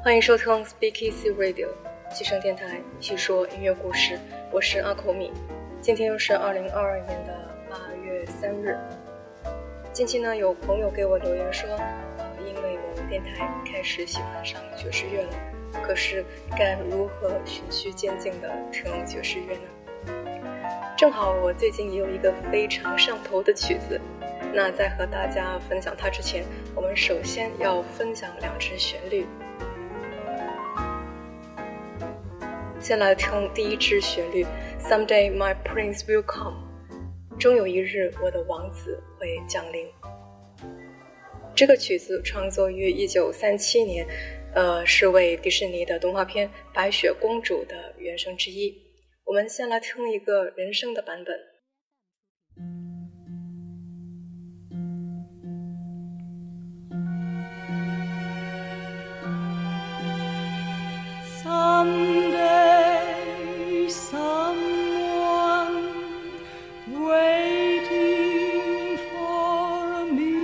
欢迎收听 Speakeasy Radio 西声电台，细说音乐故事，我是阿口米。今天又是2022年的8月3日。近期呢，有朋友给我留言说，因为我们电台开始喜欢上爵士乐了，可是该如何循序渐进的听爵士乐呢？正好我最近也有一个非常上头的曲子，那在和大家分享它之前，我们首先要分享2支旋律。先来听第1支旋律 Someday my prince will come， 终有一日我的王子会降临。这个曲子创作于1937年，是为迪士尼的动画片《白雪公主》的原声之一。我们先来听一个人声的版本。 Someday, someone waiting for me.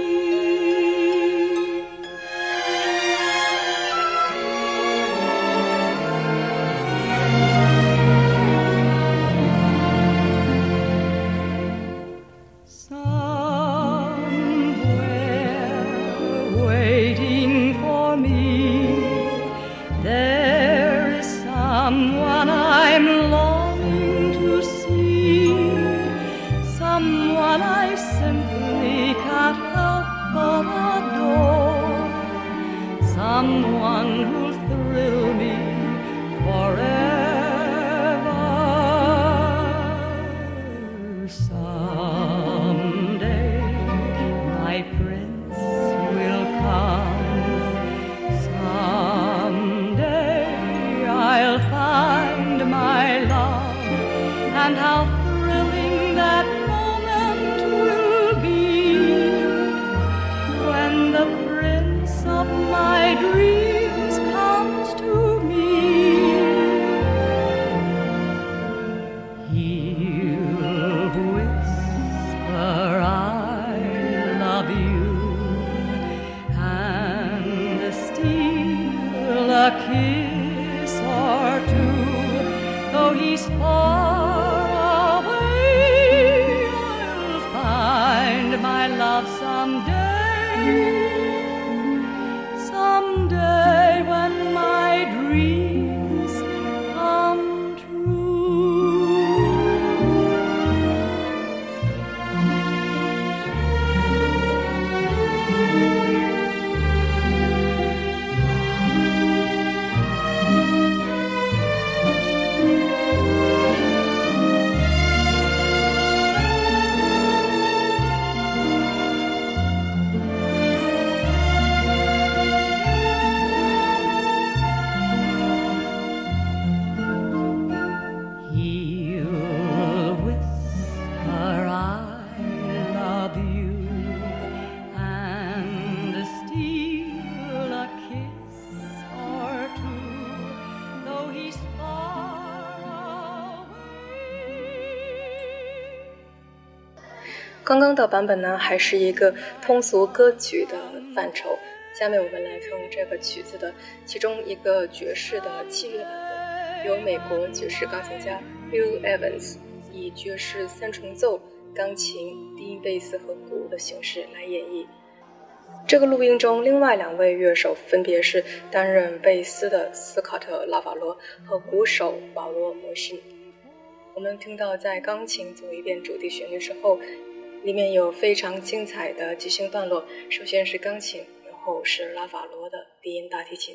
Somewhere waiting for me, there is someone I'm longing to see, someone I simply can't help but adore, someone who'll thrill me forever. Someday my prince will come, someday I'll find my love, and how thrilling that moment will be, when the prince of my dreams comes to me. He'll whisper I love you, and steal a kiss or two. Though he's far away, I'll find my love someday, someday when my dreams come true. He'll whisper I love you, and steal a kiss or two, though he's far away. 刚刚的版本呢，还是一个通俗歌曲的范畴。下面我们来听这个曲子的其中一个爵士的器乐版本，由美国爵士钢琴家 Bill Evans 以爵士3重奏、钢琴、低音贝斯和鼓的形式来演绎。这个录音中，另外2位乐手分别是担任贝斯的斯考特·拉法罗和鼓手保罗·摩辛。我们听到在钢琴走一遍主题旋律之后，里面有非常精彩的即兴段落，首先是钢琴，然后是拉法罗的低音大提琴。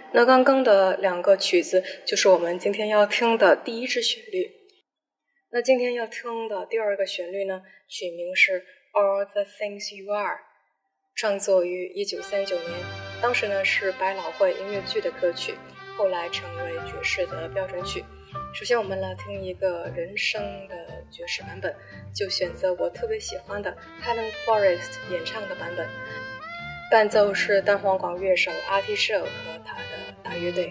那刚刚的2个曲子就是我们今天要听的第1支旋律。那今天要听的第2个旋律呢，曲名是 All the Things You Are， 创作于1939年，当时呢是百老汇音乐剧的歌曲，后来成为爵士的标准曲。首先我们来听一个人声的爵士版本，就选择我特别喜欢的 Helen Forrest 演唱的版本，伴奏是单簧管乐手 Artie Shaw 和他的大乐队。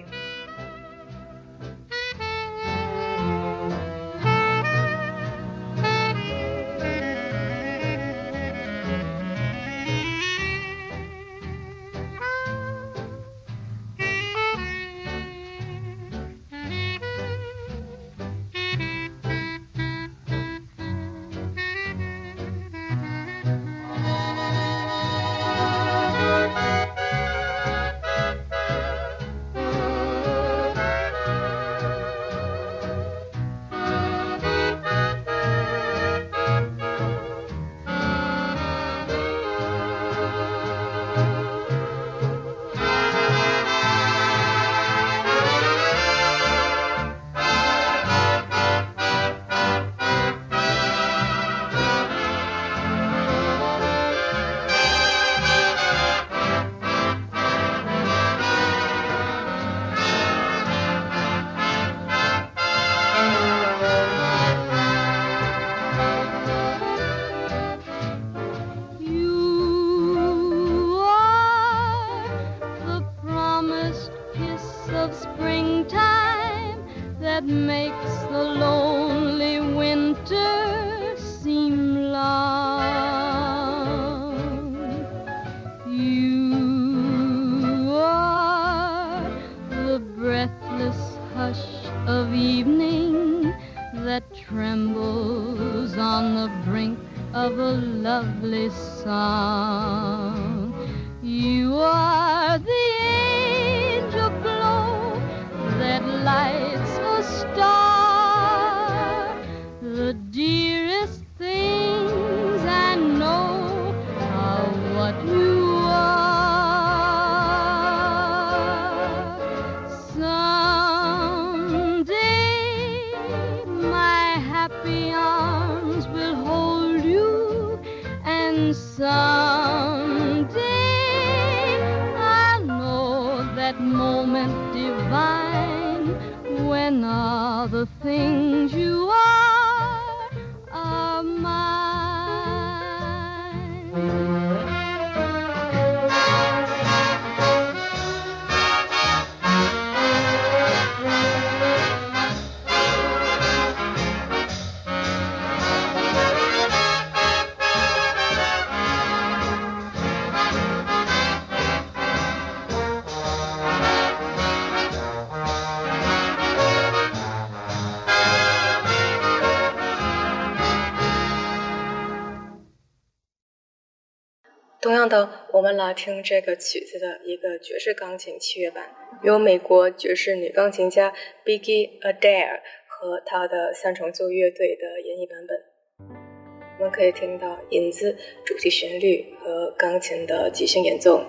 That makes the lonely winter seem long. You are the breathless hush of evening that trembles on the brink of a lovely song. You are the angel glow that lights a star, the dearest things I know are what you are. Someday my happy arms will hold you, and someday I'll know that moment divine when all the things you are mine. 同样的，我们来听这个曲子的一个爵士钢琴器乐版，由美国爵士女钢琴家 Biggie Adair 和她的3重奏乐队的演绎版本。我们可以听到引子、主题旋律和钢琴的即兴演奏。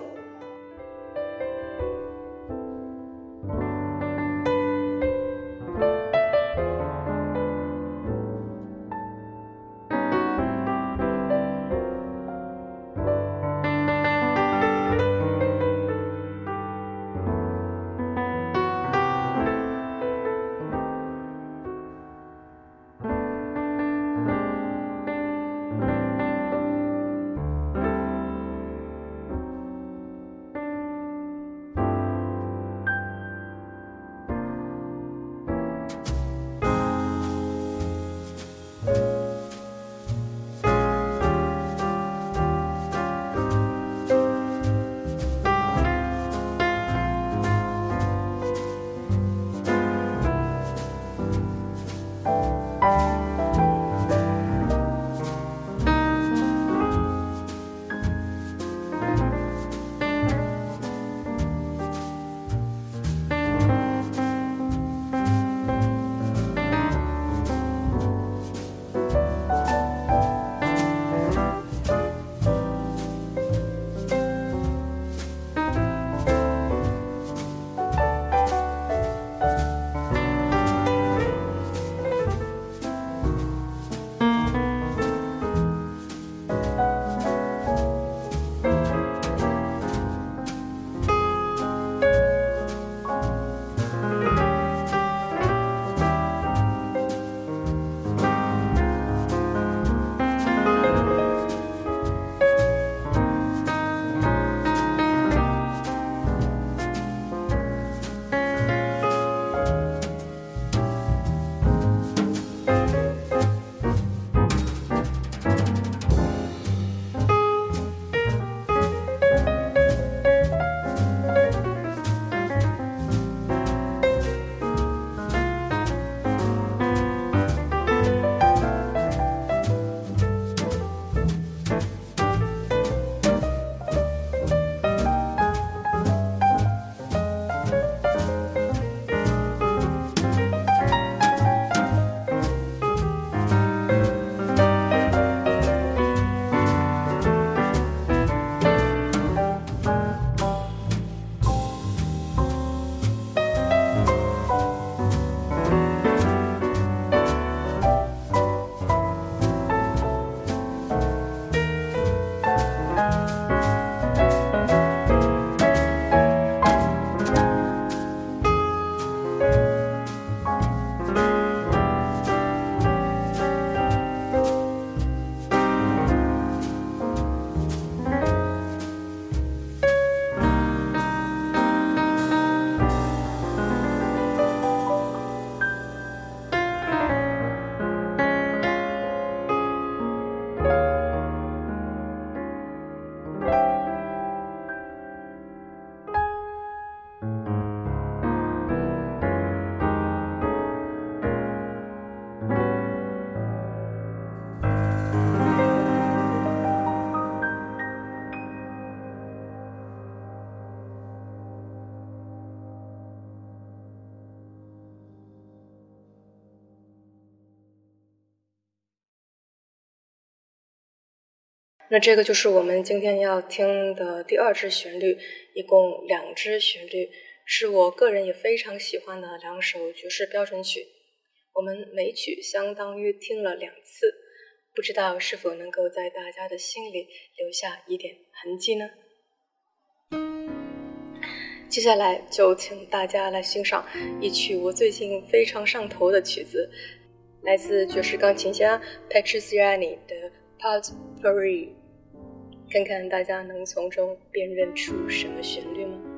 那这个就是我们今天要听的第2支旋律，一共2支旋律，是我个人也非常喜欢的2首爵士标准曲。我们每曲相当于听了2次，不知道是否能够在大家的心里留下一点痕迹呢？接下来就请大家来欣赏一曲我最近非常上头的曲子，来自爵士钢琴家 Petrosiani 的 Potpourri， 看看大家能从中辨认出什么旋律吗？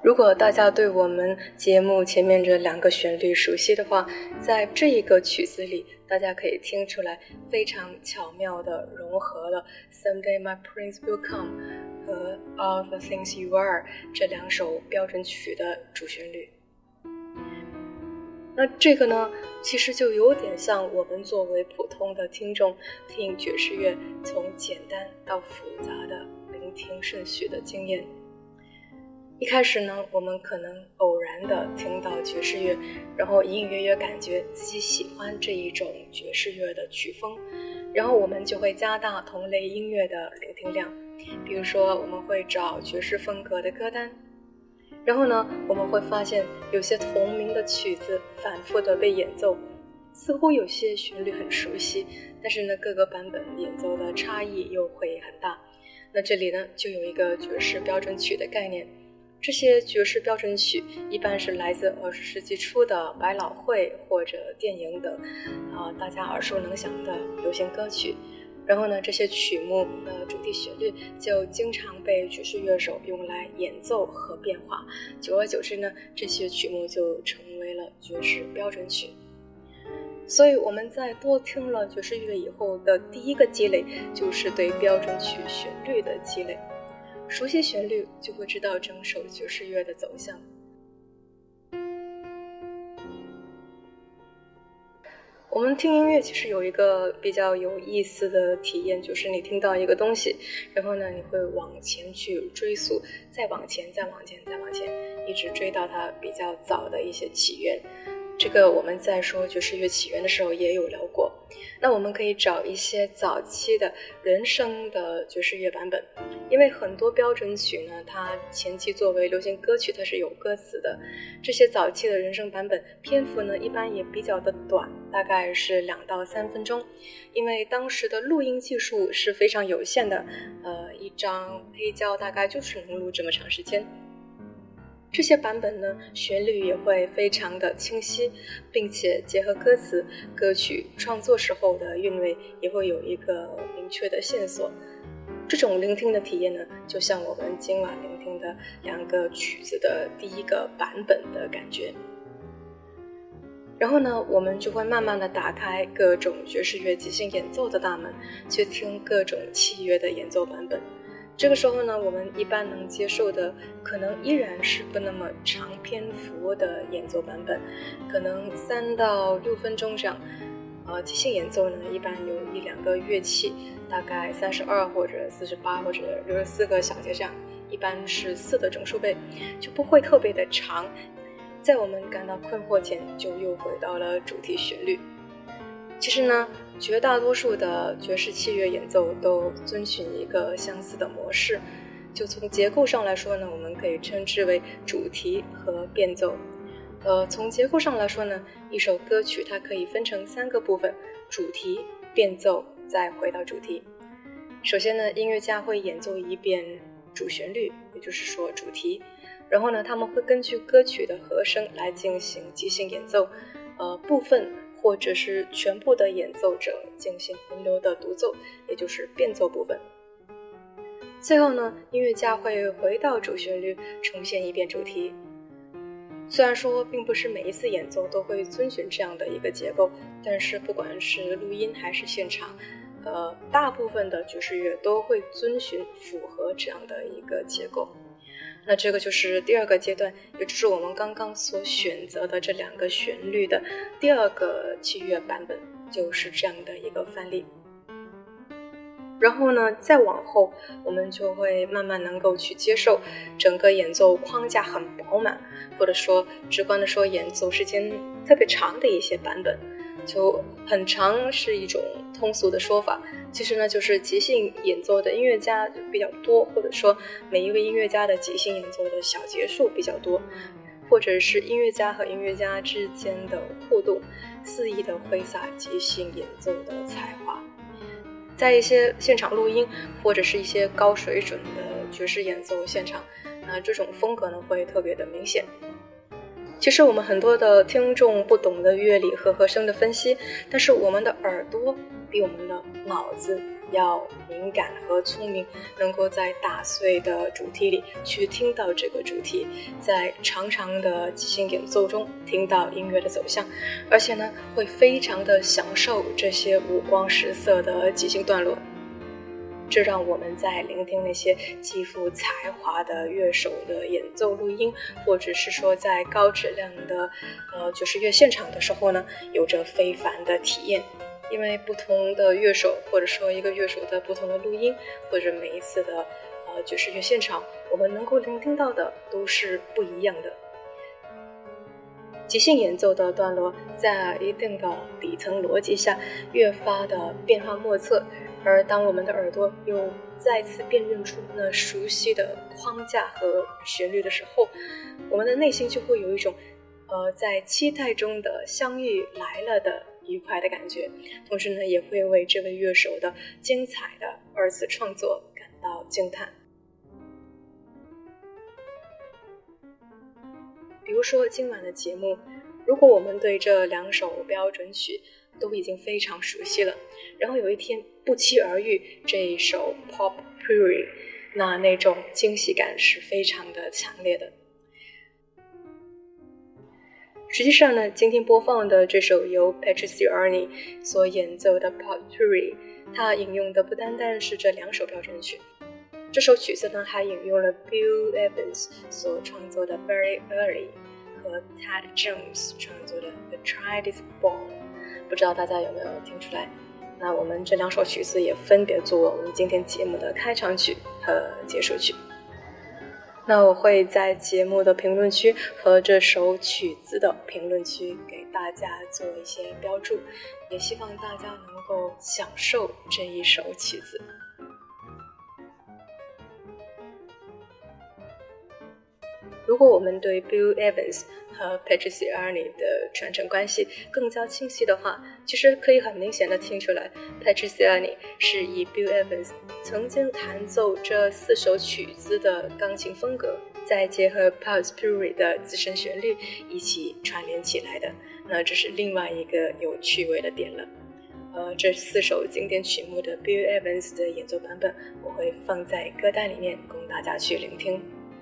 如果大家对我们节目前面这2个旋律熟悉的话，在这一个曲子里，大家可以听出来非常巧妙地融合了 Someday My Prince Will Come 和 All the Things You Are 这2首标准曲的主旋律。那这个呢，其实就有点像我们作为普通的听众听爵士乐从简单到复杂的聆听顺序的经验。一开始呢，我们可能偶然的听到爵士乐，然后隐隐约约感觉自己喜欢这一种爵士乐的曲风，然后我们就会加大同类音乐的聆听量。比如说我们会找爵士风格的歌单，然后呢，我们会发现有些同名的曲子反复的被演奏，似乎有些旋律很熟悉，但是呢，各个版本演奏的差异又会很大。那这里呢，就有一个爵士标准曲的概念。这些爵士标准曲一般是来自20世纪初的百老汇或者电影等大家耳熟能详的流行歌曲。然后呢，这些曲目的主题旋律就经常被爵士乐手用来演奏和变化，久而久之呢，这些曲目就成为了爵士标准曲。所以我们在多听了爵士乐以后的第一个积累，就是对标准曲旋律的积累。熟悉旋律就会知道整首爵士乐的走向。我们听音乐其实有一个比较有意思的体验，就是你听到一个东西，然后呢，你会往前去追溯，再往前，一直追到它比较早的一些起源。这个我们在说爵士乐起源的时候也有聊过。那我们可以找一些早期的人声的爵士乐版本，因为很多标准曲呢，它前期作为流行歌曲它是有歌词的。这些早期的人声版本篇幅呢一般也比较的短，大概是2到3分钟，因为当时的录音技术是非常有限的，一张黑胶大概就是能录这么长时间。这些版本呢，旋律也会非常的清晰，并且结合歌词，歌曲创作时候的韵味也会有一个明确的线索。这种聆听的体验呢，就像我们今晚聆听的2个曲子的第一个版本的感觉。然后呢，我们就会慢慢的打开各种爵士乐即兴演奏的大门，去听各种器乐的演奏版本。这个时候呢，我们一般能接受的可能依然是不那么长篇幅的演奏版本，可能3到6分钟这样。即兴演奏呢，一般有1-2个乐器，大概32或者48或者64个小节这样，一般是4的整数倍，就不会特别的长。在我们感到困惑前，就又回到了主题旋律。其实呢，绝大多数的爵士器乐演奏都遵循一个相似的模式，就从结构上来说呢，我们可以称之为主题和变奏。从结构上来说呢，一首歌曲它可以分成3个部分：主题、变奏，再回到主题。首先呢，音乐家会演奏一遍主旋律，也就是说主题，然后呢，他们会根据歌曲的和声来进行即兴演奏，部分或者是全部的演奏者进行轮流的独奏，也就是变奏部分。最后呢，音乐家会回到主旋律，重现一遍主题。虽然说并不是每一次演奏都会遵循这样的一个结构，但是不管是录音还是现场，大部分的爵士乐都会遵循符合这样的一个结构。那这个就是第2个阶段，也就是我们刚刚所选择的这2个旋律的第2个器乐版本，就是这样的一个范例。然后呢，再往后我们就会慢慢能够去接受整个演奏框架很饱满，或者说直观的说演奏时间特别长的一些版本。就很长是一种通俗的说法，其实呢就是即兴演奏的音乐家比较多，或者说每一位音乐家的即兴演奏的小节数比较多，或者是音乐家和音乐家之间的互动，肆意的挥洒即兴演奏的才华。在一些现场录音或者是一些高水准的爵士演奏现场，这种风格呢会特别的明显。其实我们很多的听众不懂得乐理和和声的分析，但是我们的耳朵比我们的脑子要敏感和聪明，能够在打碎的主题里去听到这个主题，在长长的即兴演奏中听到音乐的走向，而且呢会非常的享受这些五光十色的即兴段落。这让我们在聆听那些极富才华的乐手的演奏录音，或者是说在高质量的爵士乐现场的时候呢，有着非凡的体验。因为不同的乐手，或者说一个乐手的不同的录音，或者每一次的爵士乐现场，我们能够聆听到的都是不一样的。即兴演奏的段落在一定的底层逻辑下越发的变化莫测，而当我们的耳朵又再次辨认出那熟悉的框架和旋律的时候，我们的内心就会有一种在期待中的相遇来了的愉快的感觉，同时呢也会为这位乐手的精彩的二次创作感到惊叹。比如说今晚的节目，如果我们对这两首标准曲都已经非常熟悉了，然后有一天不期而遇这一首 Potpourri， 那种惊喜感是非常的强烈的。实际上呢，今天播放的这首由 Patricia Arney 所演奏的 Potpourri， 它引用的不单单是这两首标准曲，这首曲子呢还引用了 Bill Evans 所创作的 Very Early 和 Tad Jones 创作的 The Child is Born， 不知道大家有没有听出来。那我们这两首曲子也分别作为我们今天节目的开场曲和结束曲。那我会在节目的评论区和这首曲子的评论区给大家做一些标注，也希望大家能够享受这一首曲子。如果我们对 Bill Evans 和 Patricia Arney 的传承关系更加清晰的话，其实可以很明显的听出来 Patricia Arney 是以 Bill Evans 曾经弹奏这4首曲子的钢琴风格，再结合 Potpourri 的自身旋律一起串联起来的。那这是另外一个有趣味的点了。这4首经典曲目的 Bill Evans 的演奏版本我会放在歌单里面供大家去聆听。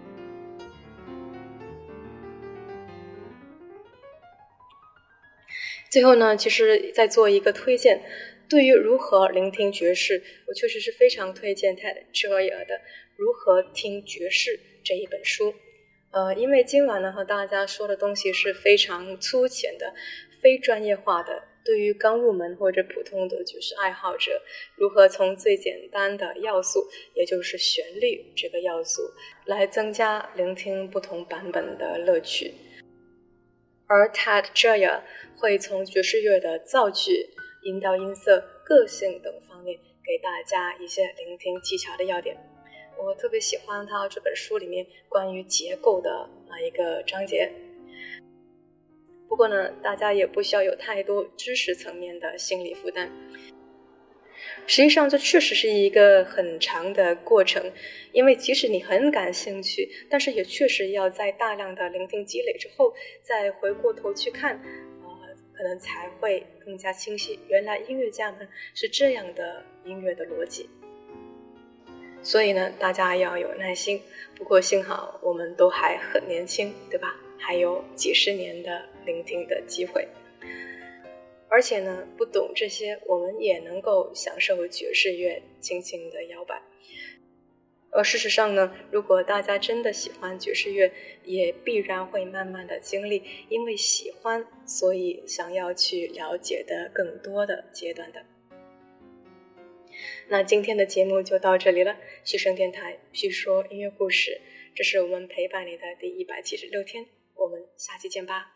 最后呢，其实再做一个推荐，对于如何聆听爵士，我确实是非常推荐 Ted Gioia 的《如何听爵士》这一本书。因为今晚呢和大家说的东西是非常粗浅的、非专业化的，对于刚入门或者普通的爵士爱好者，如何从最简单的要素，也就是旋律这个要素，来增加聆听不同版本的乐趣。而 Ted Gioia 会从爵士乐的造句、引导音色、个性等方面给大家一些聆听技巧的要点。我特别喜欢他这本书里面关于结构的那一个章节。不过呢，大家也不需要有太多知识层面的心理负担。实际上这确实是一个很长的过程，因为即使你很感兴趣，但是也确实要在大量的聆听积累之后再回过头去看，可能才会更加清晰，原来音乐家们是这样的音乐的逻辑。所以呢，大家要有耐心，不过幸好我们都还很年轻，对吧？还有几十年的聆听的机会。而且呢，不懂这些，我们也能够享受爵士乐轻轻的摇摆。事实上呢，如果大家真的喜欢爵士乐，也必然会慢慢的经历因为喜欢，所以想要去了解的更多的阶段的。那今天的节目就到这里了，旭声电台叙说音乐故事，这是我们陪伴你的第176天，我们下期见吧。